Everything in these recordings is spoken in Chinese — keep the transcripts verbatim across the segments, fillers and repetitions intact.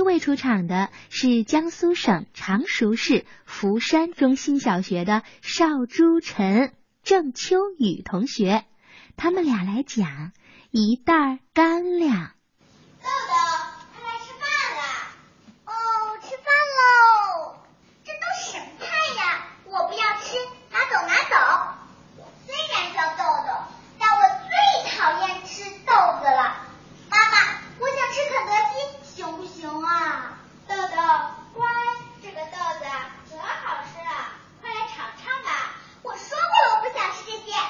位出场的是江苏省常熟市福山中心小学的邵朱晨、郑秋雨同学，他们俩来讲一袋干粮。 豆豆，快来吃饭啦！哦，吃饭喽！这都是什么菜呀？我不要吃，拿走拿走！我虽然叫豆豆，但我最讨厌吃豆子了。妈妈，我想吃肯德基，行不行啊？豆豆，乖，这个豆子可好吃了，快来尝尝吧。我说过我不想吃这些。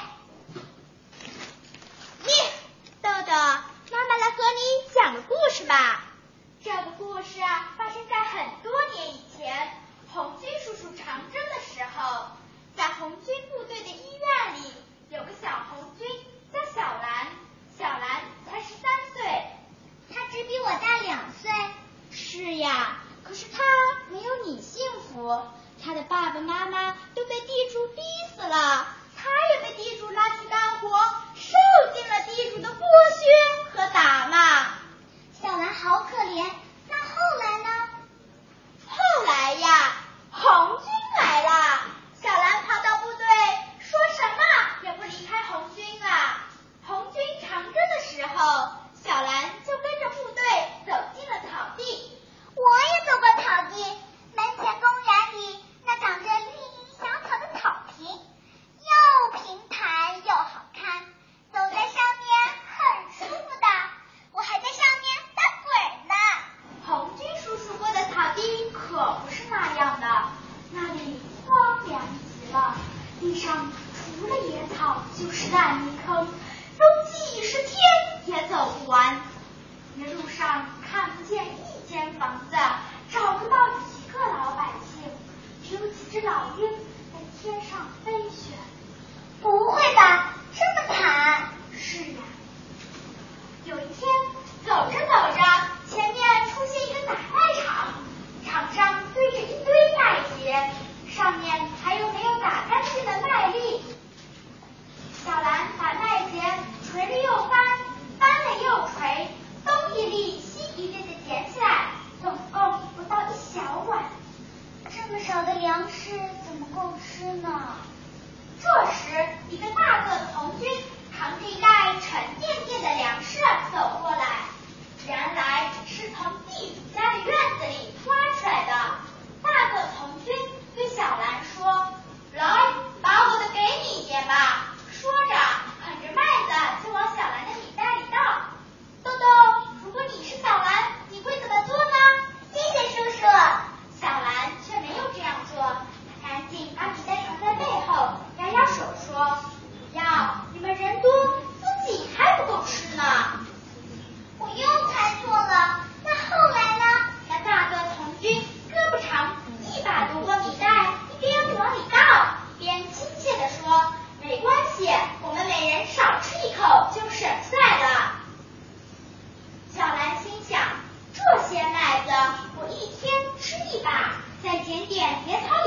耶，豆豆，妈妈来和你讲个故事吧。这个故事啊，发生在很多年以前，红军叔叔长征的时候，在红军部队的医院里，有个小红军叫小兰。小兰才十三岁，她只比我大两岁。是呀，可是她没有你幸福，她的爸爸妈妈都被地主逼死了，她也被地主拉去干活，受尽了地主的剥削和打骂。小兰好可怜，那后来呢？后来呀，红军来了，小兰跑到部队，说什么也不离开红军啊。红军长征的时候，小兰就跟着部队走进了草地。我也走过草地，门前公园里那长着绿荫小草的草坪，又平坦又好看，走在上面很舒服的，我还在上面打滚呢。红军叔叔过的草地可不是那样的，那里荒凉极了，地上除了野草就是烂泥坑，走几十天也走不完。一路上看不见一间房子，找不到一个老百姓，只有几只老鹰在天上飞旋。不会吧，这么惨？是呀。有一天，走着走着，前面出现一个打麦场，场上堆着一堆麦秸，上面还有没有打干净的麦粒。小兰把麦秸捶了又翻，翻了又捶，东一粒西一粒的捡起来，总共不到一小碗。这么少的粮食怎么够吃呢？这时，一个大个子红军扛着一袋沉甸甸的粮食走过来，原来是从地主家的院子里挖出来的。大个子红军对小兰说：“来，把我的给你一点吧。”说着，捧着麦子就往小兰的米袋里倒。豆豆，如果你是小兰，你会怎么做呢？谢谢叔叔。小兰却没有这样做，她赶紧把米袋藏在背后，摇摇手说：“不要，你们人多，自己还不够吃呢。”我又猜错了，那后来呢？那大个红军胳膊长，一把夺过米袋，一边往里倒，一边亲切地说：“没关系，我们每人少吃一口就省出来了。”小兰心想，这些麦子我一天吃一把，再捡点野草